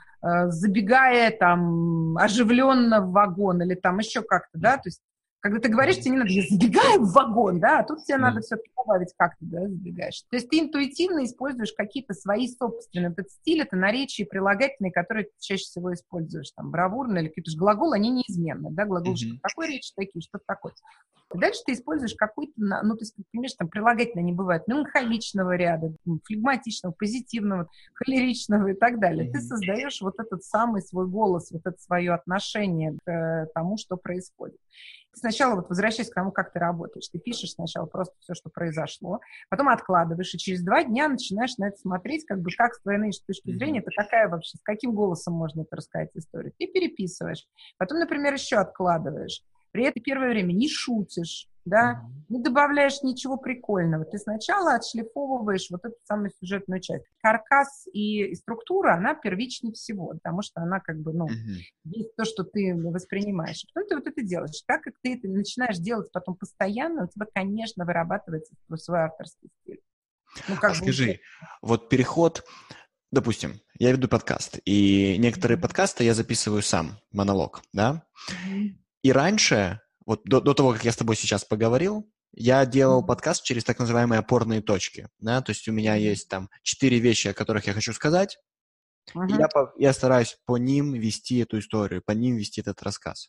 Speaker 2: забегая там оживленно в вагон или там еще как-то, да, то есть когда ты говоришь, тебе не надо, я забегаю в вагон, да, а тут тебе надо все-таки добавить, как ты, да, забегаешь. То есть ты интуитивно используешь какие-то свои собственные, этот стиль, это наречия прилагательные, которые ты чаще всего используешь, там, бравурно или какие-то же глаголы, они неизменны, да, глаголы такой речи, такие, что-то такое. И дальше ты используешь какой-то, то есть, понимаешь, там прилагательные они бывают меланхоличного ряда, флегматичного, позитивного, холеричного и так далее. Ты создаешь вот этот самый свой голос, вот это свое отношение к тому, что происходит. Сначала вот возвращаясь к тому, как ты работаешь. Ты пишешь сначала просто все, что произошло, потом откладываешь, и через 2 дня начинаешь на это смотреть, как бы как с твоей нынешней точки зрения, это какая вообще, с каким голосом можно это рассказать историю. Ты переписываешь. Потом, например, еще откладываешь. При этом первое время не шутишь, да, не добавляешь ничего прикольного. Ты сначала отшлифовываешь вот эту самую сюжетную часть. Каркас и структура, она первичнее всего, потому что она как бы, есть то, что ты воспринимаешь. Потом ты вот это делаешь. Так как ты это начинаешь делать потом постоянно, у тебя, конечно, вырабатывается свой авторский стиль.
Speaker 1: Скажи, вот переход, допустим, я веду подкаст, и некоторые подкасты я записываю сам, монолог, да? И раньше, вот до того, как я с тобой сейчас поговорил, я делал подкаст через так называемые опорные точки, да? То есть у меня есть там 4 вещи, о которых я хочу сказать, и я стараюсь по ним вести эту историю, по ним вести этот рассказ.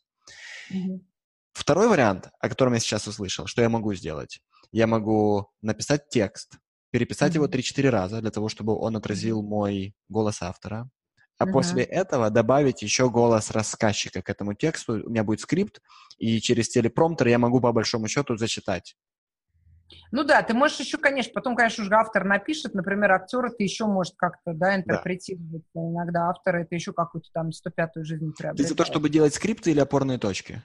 Speaker 1: Второй вариант, о котором я сейчас услышал, что я могу сделать? Я могу написать текст, переписать его 3-4 раза для того, чтобы он отразил мой голос автора, а после этого добавить еще голос рассказчика к этому тексту. У меня будет скрипт, и через телепромптер я могу по большому счету зачитать.
Speaker 2: Ну да, ты можешь еще, конечно, потом, конечно, уже автор напишет, например, актера ты еще может как-то, интерпретировать. Да. Иногда автора это еще какую-то там 105-ю жизнь приобретает.
Speaker 1: Ты за то, чтобы делать скрипты или опорные точки?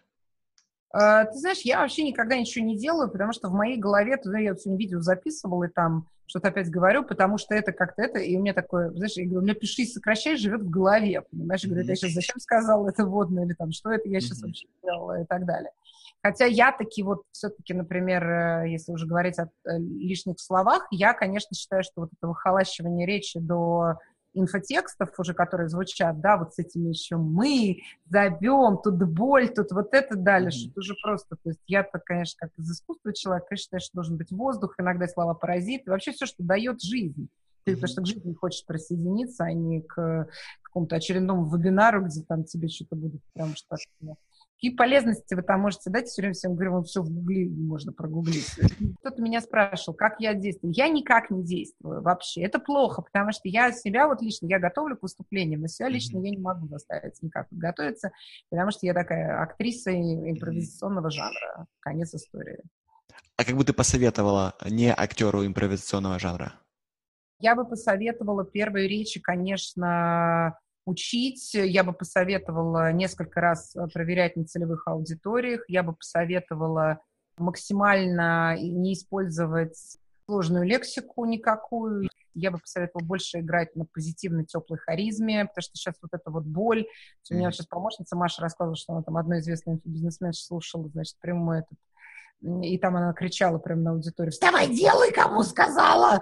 Speaker 2: Ты знаешь, я вообще никогда ничего не делаю, потому что в моей голове, я сегодня видео записывала и там что-то опять говорю, потому что это как-то это, и у меня такое, знаешь, я говорю, у меня пиши, сокращай, живет в голове, понимаешь? Я говорю, я сейчас зачем сказала это вводное, или там, что это я сейчас вообще делала и так далее. Хотя я таки вот все-таки, например, если уже говорить о лишних словах, я, конечно, считаю, что вот это выхолащивание речи до инфотекстов уже, которые звучат, да, вот с этими еще мы зовем, тут боль, тут вот это дальше, это уже просто, то есть я-то, конечно, как из искусства человек, конечно, считаю, что должен быть воздух, иногда слова паразиты, вообще все, что дает жизнь. Ты потому что к жизни хочешь присоединиться, а не к какому-то очередному вебинару, где там тебе что-то будет, потому что какие полезности вы там можете дать? Все время всем говорю, все в Гугле можно прогуглить. Кто-то меня спрашивал, как я действую. Я никак не действую вообще. Это плохо, потому что я себя вот лично, я готовлю к выступлениям, но себя лично я не могу заставить никак готовиться, потому что я такая актриса импровизационного жанра. Конец истории.
Speaker 1: А как бы ты посоветовала не актеру импровизационного жанра?
Speaker 2: Я бы посоветовала первые речи, конечно, учить. Я бы посоветовала несколько раз проверять на целевых аудиториях. Я бы посоветовала максимально не использовать сложную лексику никакую. Я бы посоветовала больше играть на позитивной, теплой харизме, потому что сейчас вот эта вот боль. У меня сейчас помощница Маша рассказывала, что она там одной известной инфобизнесменши слушала, значит, прямой этот. И там она кричала прямо на аудиторию: «Вставай, делай, кому сказала!»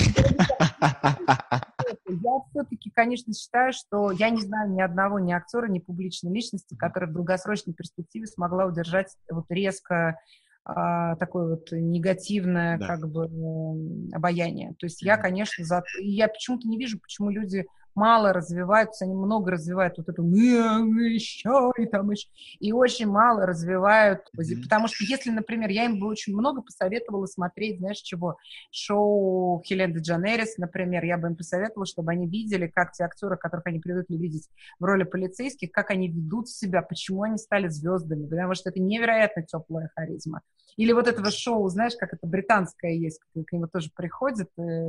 Speaker 2: Я все-таки, конечно, считаю, что я не знаю ни одного, ни актера, ни публичной личности, которая в долгосрочной перспективе смогла удержать вот резко такое вот негативное как бы обаяние. То есть я, конечно, я почему-то не вижу, почему люди мало развиваются, они много развивают вот эту еще и очень мало развивают, потому что если, например, я им бы очень много посоветовала смотреть, знаешь, чего, шоу Хелен Дедженерис, например, я бы им посоветовала, чтобы они видели, как те актеры, которых они привыкли видеть в роли полицейских, как они ведут себя, почему они стали звездами, потому что это невероятно теплая харизма. Или вот этого шоу, знаешь, как это британское есть, к нему тоже приходит,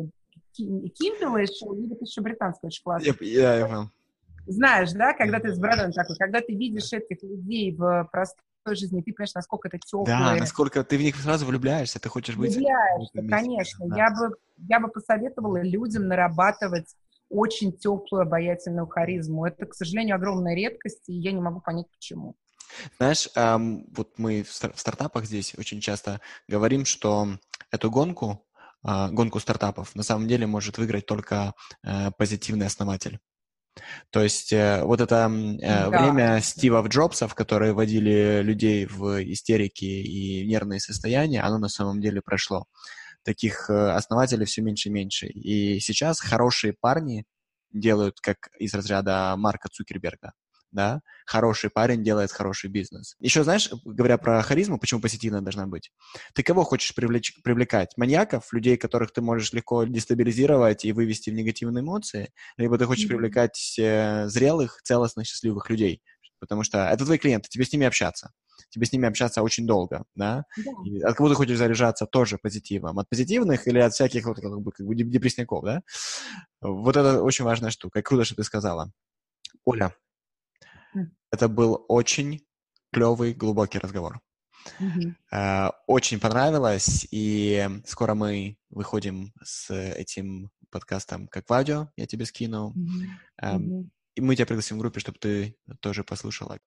Speaker 2: Кимбелла шоу, или это еще британское, очень классно.
Speaker 1: Я понял.
Speaker 2: Знаешь, да, когда ты с бродом такой, когда ты видишь этих людей в простой жизни, ты понимаешь, насколько это теплое.
Speaker 1: Да, насколько ты в них сразу влюбляешься, ты хочешь быть...
Speaker 2: Влюбляешься, конечно. Да. Я бы посоветовала людям нарабатывать очень теплую, обаятельную харизму. Это, к сожалению, огромная редкость, и я не могу понять, почему.
Speaker 1: Знаешь, вот мы в стартапах здесь очень часто говорим, что эту гонку стартапов на самом деле может выиграть только позитивный основатель. То есть вот это время Стива Джобсов, которые вводили людей в истерики и нервные состояния, оно на самом деле прошло. Таких основателей все меньше и меньше. И сейчас хорошие парни делают, как из разряда Марка Цукерберга. Да, хороший парень делает хороший бизнес. Еще, знаешь, говоря про харизму, почему позитивная должна быть? Ты кого хочешь привлекать? Маньяков, людей, которых ты можешь легко дестабилизировать и вывести в негативные эмоции? Либо ты хочешь привлекать зрелых, целостных, счастливых людей? Потому что это твои клиенты, тебе с ними общаться. Тебе с ними общаться очень долго, да? И от кого ты хочешь заряжаться тоже позитивом? От позитивных или от всяких вот как бы депрессников, да? Вот это очень важная штука. И круто, что ты сказала. Оля, это был очень клевый, глубокий разговор.
Speaker 2: Мгм.
Speaker 1: Очень понравилось, и скоро мы выходим с этим подкастом как в аудио, я тебе скину.
Speaker 2: Мгм.
Speaker 1: Эм,
Speaker 2: Мгм.
Speaker 1: И мы тебя пригласим в группе, чтобы ты тоже послушала.